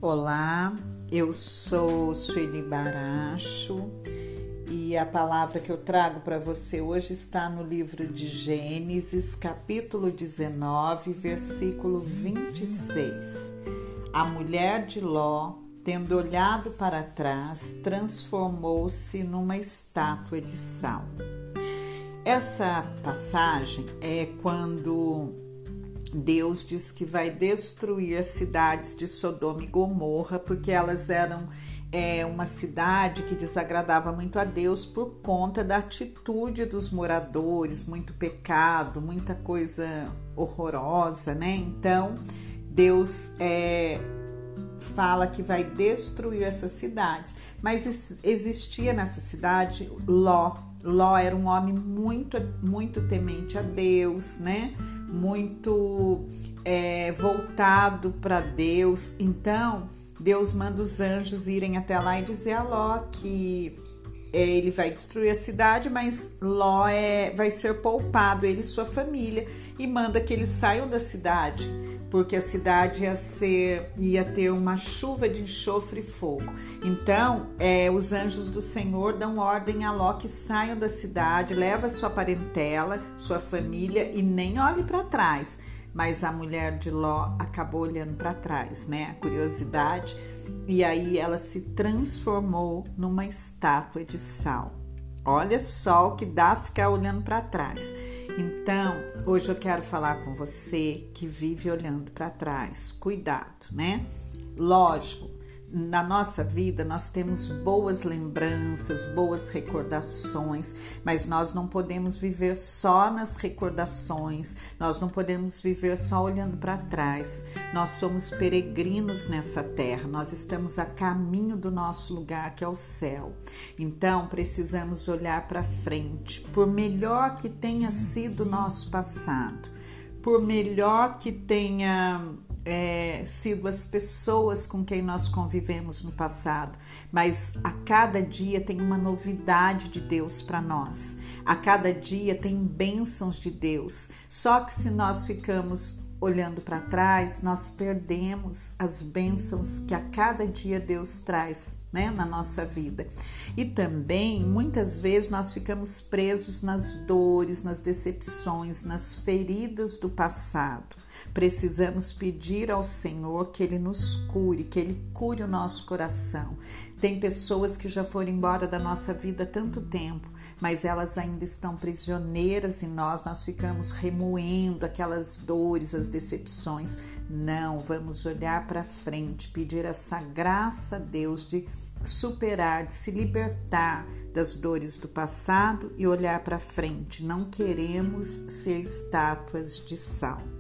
Olá, eu sou Sueli Baracho e a palavra que eu trago para você hoje está no livro de Gênesis, capítulo 19, versículo 26. A mulher de Ló, tendo olhado para trás, transformou-se numa estátua de sal. Essa passagem é quando Deus diz que vai destruir as cidades de Sodoma e Gomorra, porque elas eram uma cidade que desagradava muito a Deus por conta da atitude dos moradores, muito pecado, muita coisa horrorosa, né? Então, Deus fala que vai destruir essas cidades, mas existia nessa cidade Ló. Ló era um homem muito temente a Deus, né? Muito voltado para Deus. Então, Deus manda os anjos irem até lá e dizer a Ló que ele vai destruir a cidade, mas Ló vai ser poupado, ele e sua família, e manda que eles saiam da cidade, porque a cidade ia ter uma chuva de enxofre e fogo. Então, os anjos do Senhor dão ordem a Ló que saiam da cidade, leva sua parentela, sua família e nem olhe para trás. Mas a mulher de Ló acabou olhando para trás, né? A curiosidade. E aí ela se transformou numa estátua de sal. Olha só o que dá ficar olhando para trás. Então, hoje eu quero falar com você que vive olhando para trás. Cuidado, né? Lógico, na nossa vida nós temos boas lembranças, boas recordações, mas nós não podemos viver só nas recordações, nós não podemos viver só olhando para trás. Nós somos peregrinos nessa terra, nós estamos a caminho do nosso lugar, que é o céu. Então, precisamos olhar para frente, por melhor que tenha sido o nosso passado, por melhor que tenha sido as pessoas com quem nós convivemos no passado, mas a cada dia tem uma novidade de Deus para nós, a cada dia tem bênçãos de Deus. Só que se nós ficamos olhando para trás, nós perdemos as bênçãos que a cada dia Deus traz, né, na nossa vida. E também, muitas vezes, nós ficamos presos nas dores, nas decepções, nas feridas do passado. Precisamos pedir ao Senhor que Ele nos cure, que Ele cure o nosso coração. Tem pessoas que já foram embora da nossa vida há tanto tempo, mas elas ainda estão prisioneiras em nós ficamos remoendo aquelas dores, as decepções. Não, vamos olhar para frente, pedir essa graça a Deus de superar, de se libertar das dores do passado e olhar para frente. Não queremos ser estátuas de sal.